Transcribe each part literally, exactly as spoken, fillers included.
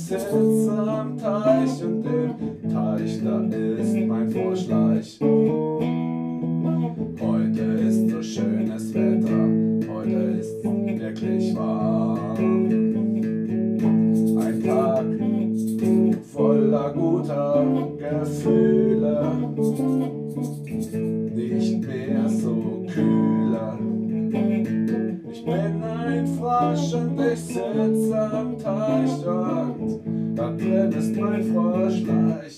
sitze am Teich und im Teich, da ist mein Froschleich. Heute ist so schönes Wetter, heute ist wirklich warm. Ein Tag voller guter Gefühle, nicht mehr so kühler. Ich bin ein Frosch und ich sitze am Teich und da drin ist mein Froschleich.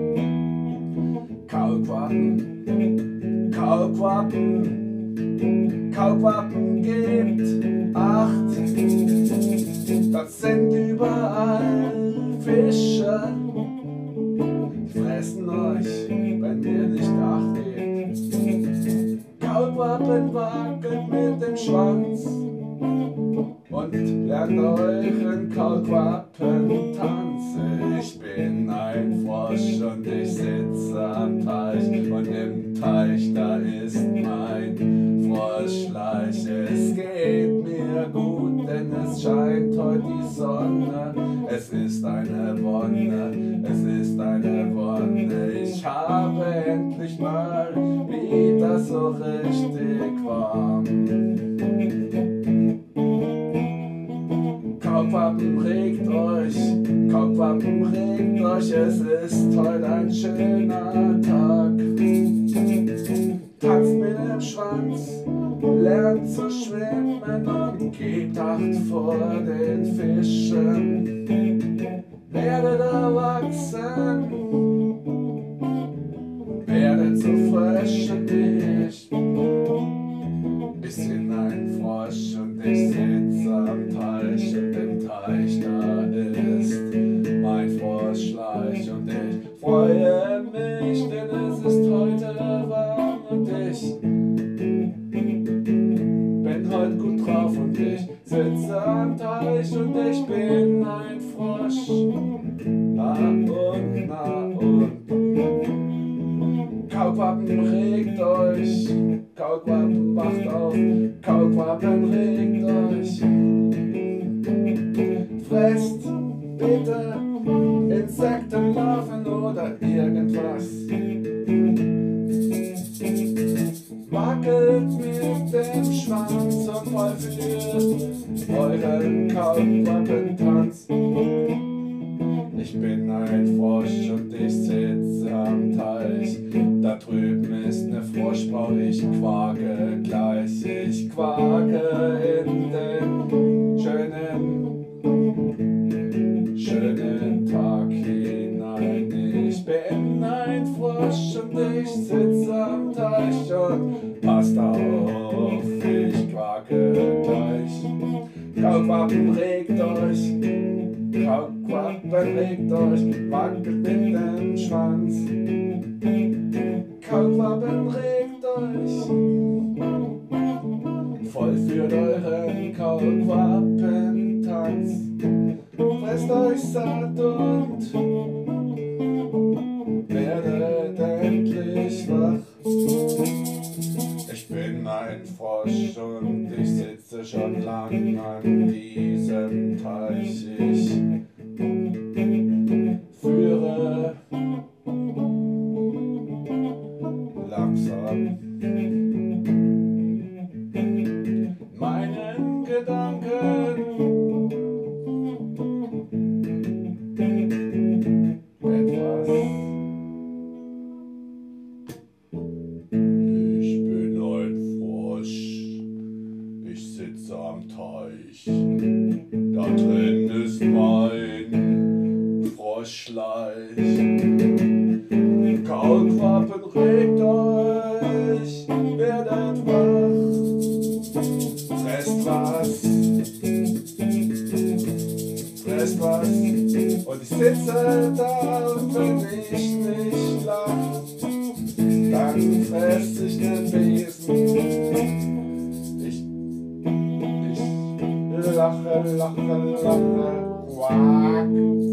Kaulquappen, Kaulquappen, Kaulquappen gibt acht. Das sind überall Fische, die fressen euch, wenn ihr nicht acht gebt. Kaulquappen wackelt mit dem Schwanz und lernt euren Kaulquappentanz. Ich bin ein Frosch und ich sitze am Teich und im Teich, da ist mein Froschleich. Es geht mir gut, denn es scheint heute die Sonne. Es ist eine Wonne, es ist eine Wonne. Ich habe endlich mal wieder so richtig warm. Kaulquappen, regt euch, Kaulquappen, regt euch, es ist heute ein schöner Tag. Tanzt mit dem Schwanz, lernt zu schwimmen und gebt Acht vor den Fischen. Werdet erwachsen, werdet so Frösche wie ich. Ich bin ein Frosch und ich sitze am Teich und im Teich, da ist mein Froschleich. Und ich freue mich, denn es ist heute warm und ich bin heute gut drauf und ich sitze am Teich und ich bin ein Frosch. Na und, na und. Kaulquappen, regt euch, Kaulquappen, wacht auf, Kaulquappen, regt euch. Fresst bitte Insektenlarven oder irgendwas. Wackelt mit dem Schwanz und vollführt euren Kaulquappentanz. Ich bin ein Frosch und ich sitze am Teich. Da drüben ist ne Froschbraut, ich quake gleich. Ich quake in den schönen, schönen Tag hinein. Ich bin ein Frosch und ich sitze am Teich und passt auf, ich quake gleich. Kaulquappen, regt euch, Kaulquappen, regt euch, wackelt mit dem Schwanz. Kaulquappen, regt euch, vollführt euren Kaulquappentanz. Fresst euch satt und werdet endlich wach. Ich bin ein Frosch und ich sitze schon lang an diesem Teich. Ich führe langsam meinen Gedanken etwas. Ich bin ein Frosch, ich sitze am Teich, da drin ist mein Froschleich. Kaulquappen, regt euch, werdet wach, fresst was, fresst was, und ich sitze da und wenn ich nicht lach, dann fress ich den Besen. Ich, ich lache, lache, lache, quack.